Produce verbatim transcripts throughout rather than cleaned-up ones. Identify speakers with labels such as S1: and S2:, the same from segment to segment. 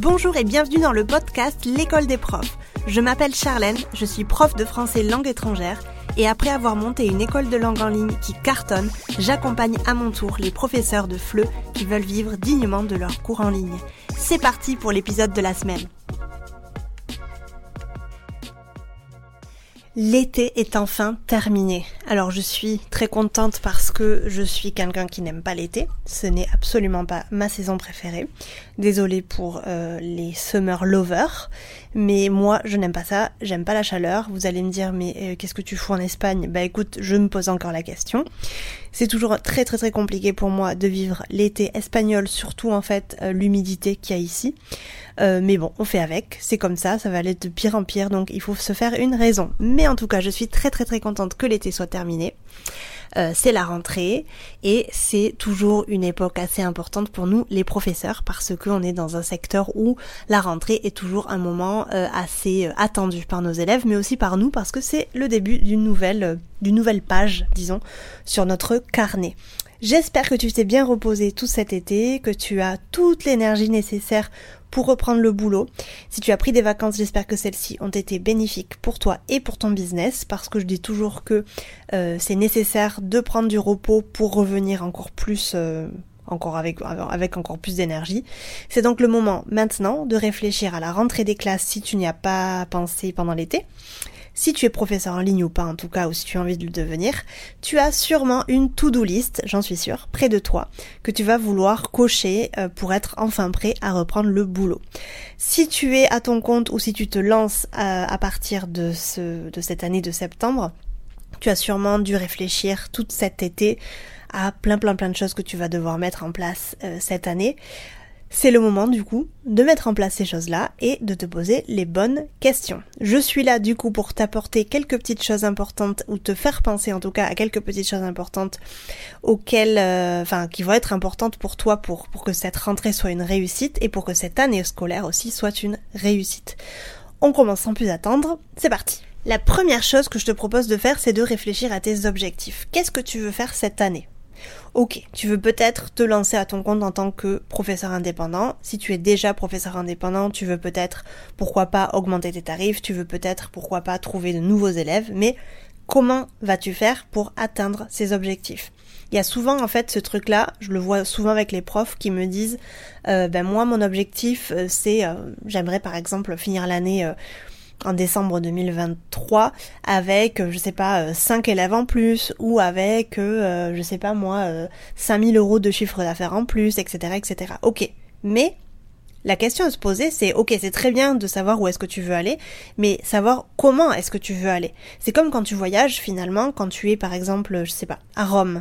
S1: Bonjour et bienvenue dans le podcast L'école des profs. Je m'appelle Charlène, je suis prof de français langue étrangère et après avoir monté une école de langue en ligne qui cartonne, j'accompagne à mon tour les professeurs de F L E qui veulent vivre dignement de leurs cours en ligne. C'est parti pour l'épisode de la semaine. L'été est enfin terminé. Alors je suis très contente parce que je suis quelqu'un qui n'aime pas l'été. Ce n'est absolument pas ma saison préférée. Désolée pour euh, les summer lovers, mais moi je n'aime pas ça, j'aime pas la chaleur. Vous allez me dire mais euh, qu'est-ce que tu fous en Espagne ? Bah écoute, je me pose encore la question. C'est toujours très très très compliqué pour moi de vivre l'été espagnol, surtout en fait euh, l'humidité qu'il y a ici. Euh, mais bon, on fait avec, c'est comme ça, ça va aller de pire en pire, donc il faut se faire une raison. Mais en tout cas, je suis très très très contente que l'été soit terminé. Euh, c'est la rentrée et c'est toujours une époque assez importante pour nous les professeurs parce qu'on est dans un secteur où la rentrée est toujours un moment euh, assez euh, attendu par nos élèves mais aussi par nous parce que c'est le début d'une nouvelle, euh, d'une nouvelle page, disons, sur notre carnet. J'espère que tu t'es bien reposé tout cet été, que tu as toute l'énergie nécessaire pour reprendre le boulot. Si tu as pris des vacances, j'espère que celles-ci ont été bénéfiques pour toi et pour ton business, parce que je dis toujours que euh, c'est nécessaire de prendre du repos pour revenir encore plus, euh, encore avec, avec encore plus d'énergie. C'est donc le moment maintenant de réfléchir à la rentrée des classes si tu n'y as pas pensé pendant l'été. Si tu es professeur en ligne ou pas en tout cas, ou si tu as envie de le devenir, tu as sûrement une to-do list, j'en suis sûre, près de toi, que tu vas vouloir cocher pour être enfin prêt à reprendre le boulot. Si tu es à ton compte ou si tu te lances à, à partir de, ce, de cette année de septembre, tu as sûrement dû réfléchir tout cet été à plein plein plein de choses que tu vas devoir mettre en place euh, cette année. C'est le moment du coup de mettre en place ces choses-là et de te poser les bonnes questions. Je suis là du coup pour t'apporter quelques petites choses importantes ou te faire penser en tout cas à quelques petites choses importantes auxquelles, euh, enfin, qui vont être importantes pour toi pour, pour que cette rentrée soit une réussite et pour que cette année scolaire aussi soit une réussite. On commence sans plus attendre, c'est parti. La première chose que je te propose de faire, c'est de réfléchir à tes objectifs. Qu'est-ce que tu veux faire cette année ? Ok, tu veux peut-être te lancer à ton compte en tant que professeur indépendant. Si tu es déjà professeur indépendant, tu veux peut-être, pourquoi pas, augmenter tes tarifs, tu veux peut-être, pourquoi pas, trouver de nouveaux élèves, mais comment vas-tu faire pour atteindre ces objectifs ? Il y a souvent en fait ce truc-là, je le vois souvent avec les profs qui me disent euh, ben moi mon objectif euh, c'est, euh, j'aimerais par exemple finir l'année... Euh, en décembre deux mille vingt-trois avec, je sais pas, cinq élèves en plus ou avec, euh, je sais pas moi, euh, cinq mille euros de chiffre d'affaires en plus, et cetera, et cetera. Ok, mais la question à se poser c'est, ok, c'est très bien de savoir où est-ce que tu veux aller, mais savoir comment est-ce que tu veux aller. C'est comme quand tu voyages finalement, quand tu es par exemple, je sais pas, à Rome.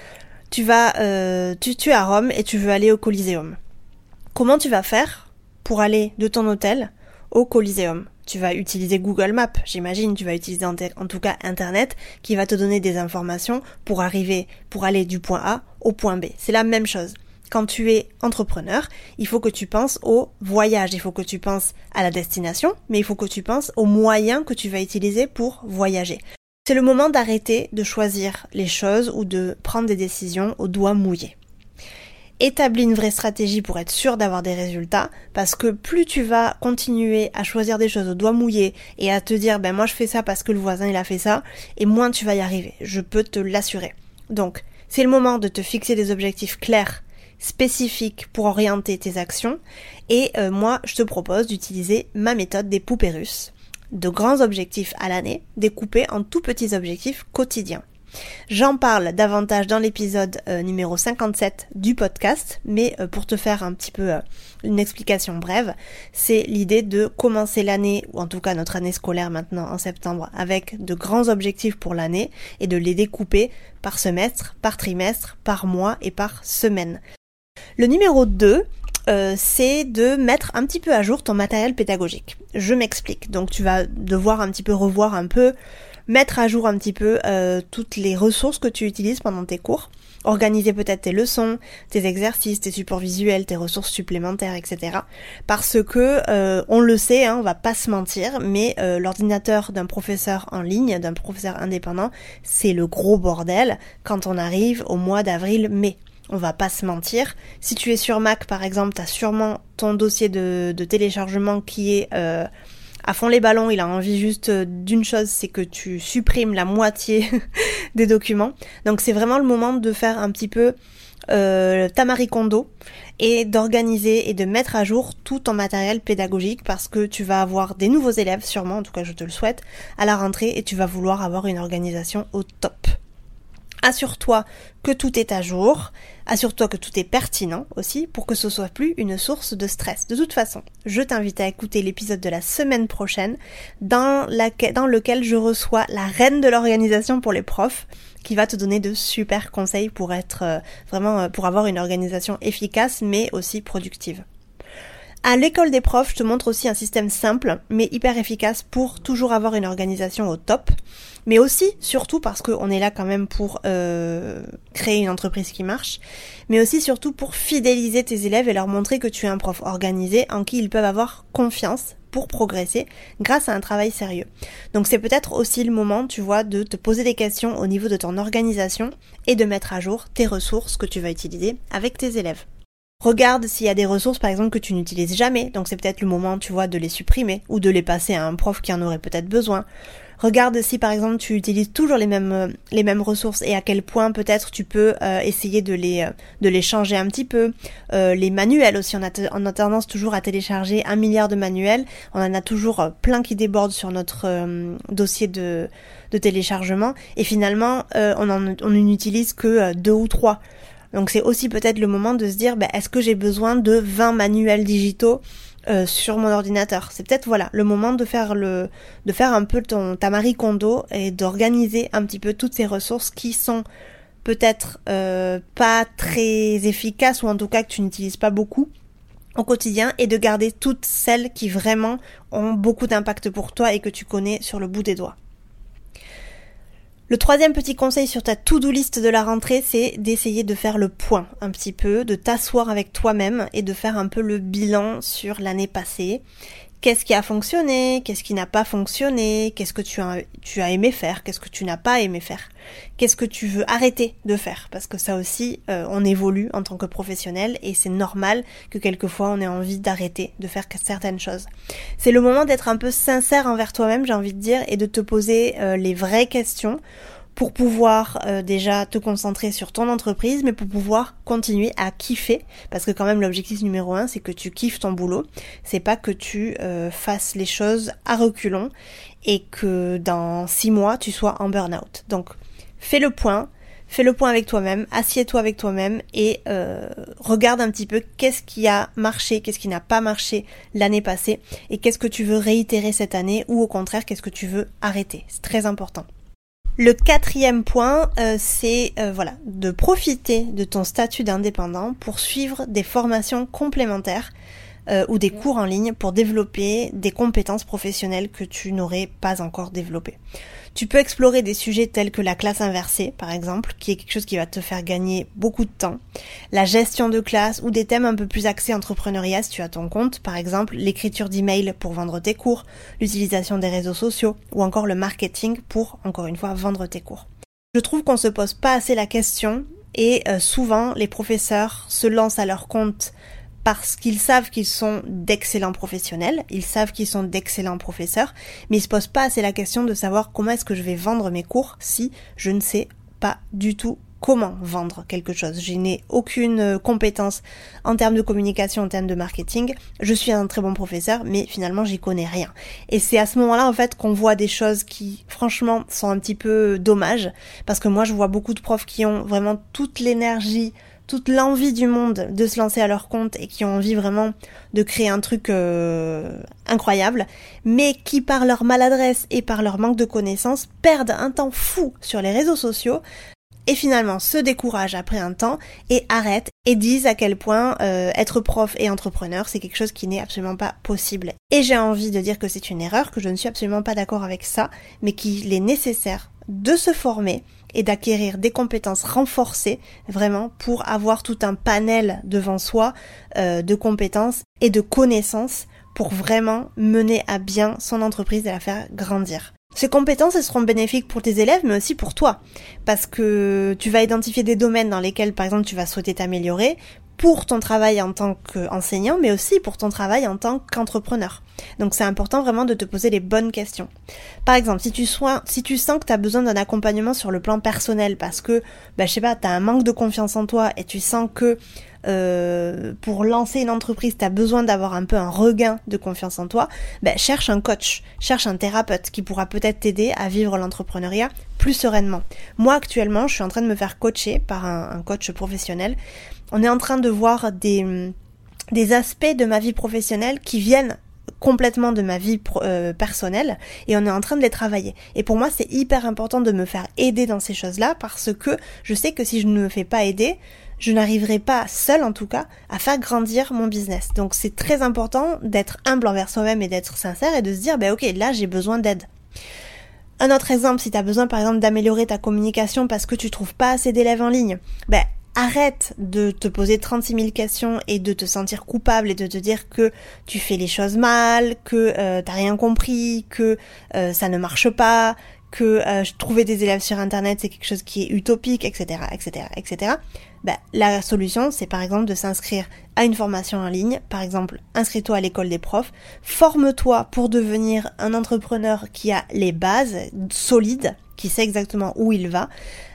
S1: Tu vas, euh, tu, tu es à Rome et tu veux aller au Coliseum. Comment tu vas faire pour aller de ton hôtel au Coliseum ? Tu vas utiliser Google Maps, j'imagine, tu vas utiliser en, te- en tout cas Internet qui va te donner des informations pour arriver, pour aller du point A au point B. C'est la même chose. Quand tu es entrepreneur, il faut que tu penses au voyage, il faut que tu penses à la destination, mais il faut que tu penses aux moyens que tu vas utiliser pour voyager. C'est le moment d'arrêter de choisir les choses ou de prendre des décisions au doigt mouillé. Établis une vraie stratégie pour être sûr d'avoir des résultats, parce que plus tu vas continuer à choisir des choses au doigt mouillé et à te dire ben moi je fais ça parce que le voisin il a fait ça, et moins tu vas y arriver, je peux te l'assurer. Donc c'est le moment de te fixer des objectifs clairs, spécifiques pour orienter tes actions, et euh, moi je te propose d'utiliser ma méthode des poupées russes, de grands objectifs à l'année, découpés en tout petits objectifs quotidiens. J'en parle davantage dans l'épisode euh, numéro cinquante-sept du podcast, mais euh, pour te faire un petit peu euh, une explication brève, c'est l'idée de commencer l'année, ou en tout cas notre année scolaire maintenant en septembre, avec de grands objectifs pour l'année et de les découper par semestre, par trimestre, par mois et par semaine. Le numéro deux, Euh, c'est de mettre un petit peu à jour ton matériel pédagogique. Je m'explique. Donc tu vas devoir un petit peu revoir un peu, mettre à jour un petit peu euh, toutes les ressources que tu utilises pendant tes cours, organiser peut-être tes leçons, tes exercices, tes supports visuels, tes ressources supplémentaires, et cetera. Parce que euh, on le sait, hein, on va pas se mentir, mais euh, l'ordinateur d'un professeur en ligne, d'un professeur indépendant, c'est le gros bordel quand on arrive au mois d'avril-mai. On va pas se mentir. Si tu es sur Mac, par exemple, tu as sûrement ton dossier de, de téléchargement qui est euh, à fond les ballons. Il a envie juste d'une chose, c'est que tu supprimes la moitié des documents. Donc c'est vraiment le moment de faire un petit peu euh, ta Marie Kondo et d'organiser et de mettre à jour tout ton matériel pédagogique parce que tu vas avoir des nouveaux élèves, sûrement, en tout cas je te le souhaite, à la rentrée et tu vas vouloir avoir une organisation au top. Assure-toi que tout est à jour, assure-toi que tout est pertinent aussi pour que ce soit plus une source de stress. De toute façon, je t'invite à écouter l'épisode de la semaine prochaine dans, laquelle, dans lequel je reçois la reine de l'organisation pour les profs qui va te donner de super conseils pour être euh, vraiment euh, pour avoir une organisation efficace mais aussi productive. À l'école des profs, je te montre aussi un système simple mais hyper efficace pour toujours avoir une organisation au top. Mais aussi, surtout parce qu'on est là quand même pour euh, créer une entreprise qui marche, mais aussi surtout pour fidéliser tes élèves et leur montrer que tu es un prof organisé en qui ils peuvent avoir confiance pour progresser grâce à un travail sérieux. Donc c'est peut-être aussi le moment, tu vois, de te poser des questions au niveau de ton organisation et de mettre à jour tes ressources que tu vas utiliser avec tes élèves. Regarde s'il y a des ressources par exemple que tu n'utilises jamais, donc c'est peut-être le moment, tu vois, de les supprimer ou de les passer à un prof qui en aurait peut-être besoin. Regarde si par exemple tu utilises toujours les mêmes euh, les mêmes ressources et à quel point peut-être tu peux euh, essayer de les euh, de les changer un petit peu. Euh, les manuels aussi, on a, t- on a tendance toujours à télécharger un milliard de manuels. On en a toujours euh, plein qui débordent sur notre euh, dossier de de téléchargement et finalement euh, on en on n'utilise que euh, deux ou trois. Donc c'est aussi peut-être le moment de se dire bah, est-ce que j'ai besoin de vingt manuels digitaux Euh, sur mon ordinateur. C'est peut-être voilà le moment de faire le de faire un peu ton ta Marie Kondo et d'organiser un petit peu toutes ces ressources qui sont peut-être euh, pas très efficaces ou en tout cas que tu n'utilises pas beaucoup au quotidien et de garder toutes celles qui vraiment ont beaucoup d'impact pour toi et que tu connais sur le bout des doigts. Le troisième petit conseil sur ta to-do list de la rentrée, c'est d'essayer de faire le point un petit peu, de t'asseoir avec toi-même et de faire un peu le bilan sur l'année passée. Qu'est-ce qui a fonctionné? Qu'est-ce qui n'a pas fonctionné? Qu'est-ce que tu as, tu as aimé faire? Qu'est-ce que tu n'as pas aimé faire? Qu'est-ce que tu veux arrêter de faire? Parce que ça aussi, euh, on évolue en tant que professionnel et c'est normal que quelquefois on ait envie d'arrêter de faire certaines choses. C'est le moment d'être un peu sincère envers toi-même, j'ai envie de dire, et de te poser euh, les vraies questions pour pouvoir euh, déjà te concentrer sur ton entreprise, mais pour pouvoir continuer à kiffer, parce que quand même l'objectif numéro un, c'est que tu kiffes ton boulot, c'est pas que tu euh, fasses les choses à reculons et que dans six mois tu sois en burn-out. Donc fais le point, fais le point avec toi-même, assieds-toi avec toi-même et euh, regarde un petit peu qu'est-ce qui a marché, qu'est-ce qui n'a pas marché l'année passée et qu'est-ce que tu veux réitérer cette année ou au contraire qu'est-ce que tu veux arrêter. C'est très important. Le quatrième point, euh, c'est euh, voilà, de profiter de ton statut d'indépendant pour suivre des formations complémentaires euh, ou des cours en ligne pour développer des compétences professionnelles que tu n'aurais pas encore développées. Tu peux explorer des sujets tels que la classe inversée, par exemple, qui est quelque chose qui va te faire gagner beaucoup de temps, la gestion de classe ou des thèmes un peu plus axés entrepreneuriat si tu as ton compte, par exemple l'écriture d'emails pour vendre tes cours, l'utilisation des réseaux sociaux ou encore le marketing pour, encore une fois, vendre tes cours. Je trouve qu'on se pose pas assez la question et euh, souvent les professeurs se lancent à leur compte parce qu'ils savent qu'ils sont d'excellents professionnels, ils savent qu'ils sont d'excellents professeurs, mais ils se posent pas assez la question de savoir comment est-ce que je vais vendre mes cours si je ne sais pas du tout comment vendre quelque chose. Je n'ai aucune compétence en termes de communication, en termes de marketing. Je suis un très bon professeur, mais finalement j'y connais rien. Et c'est à ce moment-là en fait qu'on voit des choses qui franchement sont un petit peu dommages, parce que moi je vois beaucoup de profs qui ont vraiment toute l'énergie, toute l'envie du monde de se lancer à leur compte et qui ont envie vraiment de créer un truc euh, incroyable, mais qui par leur maladresse et par leur manque de connaissances perdent un temps fou sur les réseaux sociaux et finalement se découragent après un temps et arrêtent et disent à quel point euh, être prof et entrepreneur c'est quelque chose qui n'est absolument pas possible. Et j'ai envie de dire que c'est une erreur, que je ne suis absolument pas d'accord avec ça, mais qu'il est nécessaire de se former et d'acquérir des compétences renforcées vraiment pour avoir tout un panel devant soi euh, de compétences et de connaissances pour vraiment mener à bien son entreprise et la faire grandir. Ces compétences, elles seront bénéfiques pour tes élèves, mais aussi pour toi. Parce que tu vas identifier des domaines dans lesquels, par exemple, tu vas souhaiter t'améliorer pour ton travail en tant qu'enseignant, mais aussi pour ton travail en tant qu'entrepreneur. Donc c'est important vraiment de te poser les bonnes questions. Par exemple, si tu, sois, si tu sens que tu as besoin d'un accompagnement sur le plan personnel parce que, bah, je sais pas, tu as un manque de confiance en toi et tu sens que euh, pour lancer une entreprise, tu as besoin d'avoir un peu un regain de confiance en toi, bah, cherche un coach, cherche un thérapeute qui pourra peut-être t'aider à vivre l'entrepreneuriat plus sereinement. Moi actuellement, je suis en train de me faire coacher par un, un coach professionnel. On est en train de voir des, des aspects de ma vie professionnelle qui viennent complètement de ma vie euh, personnelle et on est en train de les travailler. Et pour moi, c'est hyper important de me faire aider dans ces choses-là parce que je sais que si je ne me fais pas aider, je n'arriverai pas seule en tout cas à faire grandir mon business. Donc c'est très important d'être humble envers soi-même et d'être sincère et de se dire, ben ok, là j'ai besoin d'aide. Un autre exemple, si tu as besoin par exemple d'améliorer ta communication parce que tu trouves pas assez d'élèves en ligne, ben arrête de te poser trente-six mille questions et de te sentir coupable et de te dire que tu fais les choses mal, que euh, t'as rien compris, que euh, ça ne marche pas, que euh, trouver des élèves sur internet c'est quelque chose qui est utopique, et cetera, et cetera, et cetera. Ben, la solution c'est par exemple de s'inscrire à une formation en ligne, par exemple inscris-toi à l'école des profs, forme-toi pour devenir un entrepreneur qui a les bases solides, qui sait exactement où il va.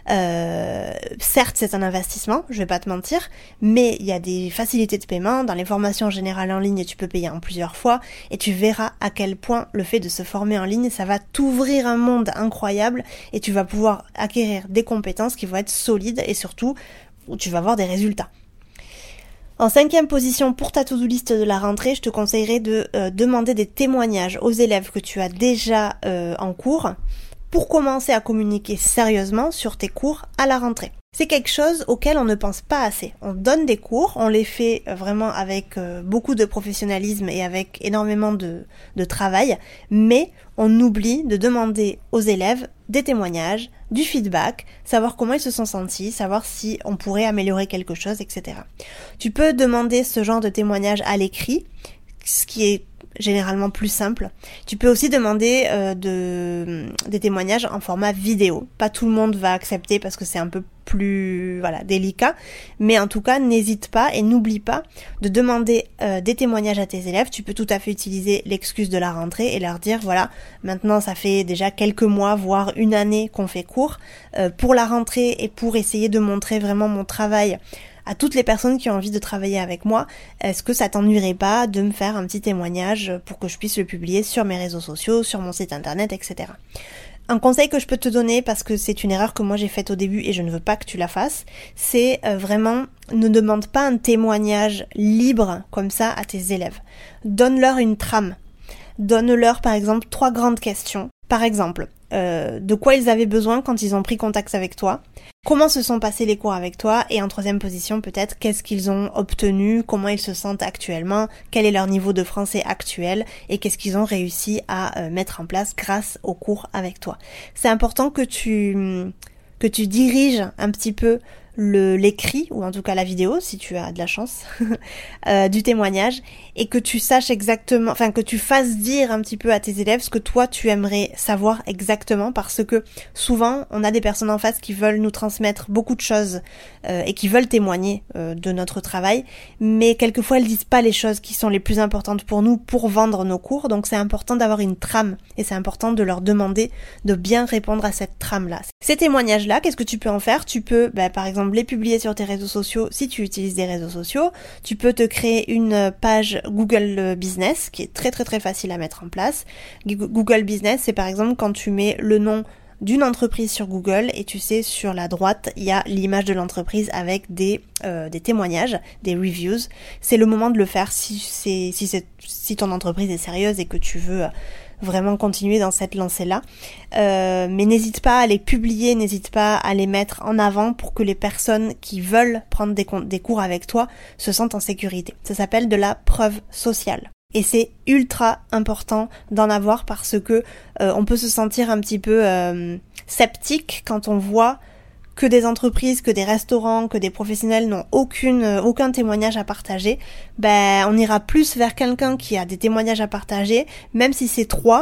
S1: Euh, certes, c'est un investissement, je vais pas te mentir, mais il y a des facilités de paiement. Dans les formations générales en ligne, tu peux payer en plusieurs fois et tu verras à quel point le fait de se former en ligne, ça va t'ouvrir un monde incroyable et tu vas pouvoir acquérir des compétences qui vont être solides et surtout où tu vas avoir des résultats. En cinquième position, pour ta to-do list de la rentrée, je te conseillerais de euh, demander des témoignages aux élèves que tu as déjà euh, en cours pour commencer à communiquer sérieusement sur tes cours à la rentrée. C'est quelque chose auquel on ne pense pas assez. On donne des cours, on les fait vraiment avec euh, beaucoup de professionnalisme et avec énormément de, de travail, mais on oublie de demander aux élèves des témoignages, du feedback, savoir comment ils se sont sentis, savoir si on pourrait améliorer quelque chose, et cetera. Tu peux demander ce genre de témoignages à l'écrit, ce qui est généralement plus simple. Tu peux aussi demander euh, de, des témoignages en format vidéo. Pas tout le monde va accepter parce que c'est un peu plus voilà délicat, mais en tout cas n'hésite pas et n'oublie pas de demander euh, des témoignages à tes élèves. Tu peux tout à fait utiliser l'excuse de la rentrée et leur dire voilà, maintenant ça fait déjà quelques mois voire une année qu'on fait cours euh, pour la rentrée et pour essayer de montrer vraiment mon travail à toutes les personnes qui ont envie de travailler avec moi, est-ce que ça t'ennuierait pas de me faire un petit témoignage pour que je puisse le publier sur mes réseaux sociaux, sur mon site internet, et cetera. Un conseil que je peux te donner, parce que c'est une erreur que moi j'ai faite au début et je ne veux pas que tu la fasses, c'est euh, vraiment ne demande pas un témoignage libre comme ça à tes élèves. Donne-leur une trame. Donne-leur par exemple trois grandes questions. Par exemple, euh, de quoi ils avaient besoin quand ils ont pris contact avec toi, comment se sont passés les cours avec toi, et en troisième position peut-être qu'est-ce qu'ils ont obtenu, comment ils se sentent actuellement, quel est leur niveau de français actuel et qu'est-ce qu'ils ont réussi à euh, mettre en place grâce aux cours avec toi. C'est important que tu que tu diriges un petit peu le l'écrit, ou en tout cas la vidéo si tu as de la chance euh, du témoignage, et que tu saches exactement, enfin que tu fasses dire un petit peu à tes élèves ce que toi tu aimerais savoir exactement, parce que souvent on a des personnes en face qui veulent nous transmettre beaucoup de choses euh, et qui veulent témoigner euh, de notre travail, mais quelquefois elles disent pas les choses qui sont les plus importantes pour nous pour vendre nos cours. Donc c'est important d'avoir une trame et c'est important de leur demander de bien répondre à cette trame là. Ces témoignages là, qu'est-ce que tu peux en faire? Tu peux bah, par exemple les publier sur tes réseaux sociaux si tu utilises des réseaux sociaux. Tu peux te créer une page Google Business qui est très très très facile à mettre en place. Google Business, c'est par exemple quand tu mets le nom d'une entreprise sur Google et tu sais sur la droite il y a l'image de l'entreprise avec des euh, des témoignages, des reviews. C'est le moment de le faire si c'est si c'est si ton entreprise est sérieuse et que tu veux vraiment continuer dans cette lancée-là. Euh, mais n'hésite pas à les publier, n'hésite pas à les mettre en avant pour que les personnes qui veulent prendre des, des cours avec toi se sentent en sécurité. Ça s'appelle de la preuve sociale. Et c'est ultra important d'en avoir parce que euh, on peut se sentir un petit peu euh, sceptique quand on voit que des entreprises, que des restaurants, que des professionnels n'ont aucune, aucun témoignage à partager. Ben, on ira plus vers quelqu'un qui a des témoignages à partager, même si c'est trois,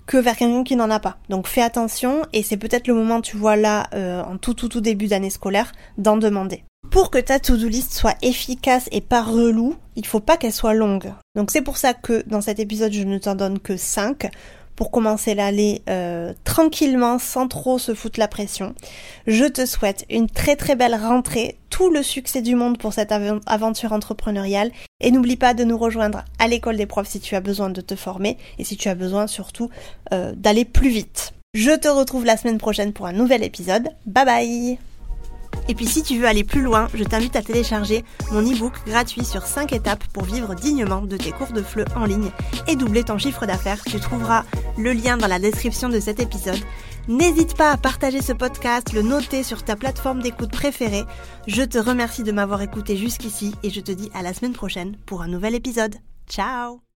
S1: que vers quelqu'un qui n'en a pas. Donc fais attention et c'est peut-être le moment, tu vois là, euh, en tout tout tout début d'année scolaire, d'en demander. Pour que ta to-do list soit efficace et pas relou, il faut pas qu'elle soit longue. Donc c'est pour ça que dans cet épisode, je ne t'en donne que cinq pour commencer l'année euh, tranquillement, sans trop se foutre la pression. Je te souhaite une très très belle rentrée, tout le succès du monde pour cette av- aventure entrepreneuriale et n'oublie pas de nous rejoindre à l'école des profs si tu as besoin de te former et si tu as besoin surtout euh, d'aller plus vite. Je te retrouve la semaine prochaine pour un nouvel épisode. Bye bye! Et puis si tu veux aller plus loin, je t'invite à télécharger mon e-book gratuit sur cinq étapes pour vivre dignement de tes cours de F L E en ligne et doubler ton chiffre d'affaires. Tu trouveras le lien dans la description de cet épisode. N'hésite pas à partager ce podcast, le noter sur ta plateforme d'écoute préférée. Je te remercie de m'avoir écouté jusqu'ici et je te dis à la semaine prochaine pour un nouvel épisode. Ciao!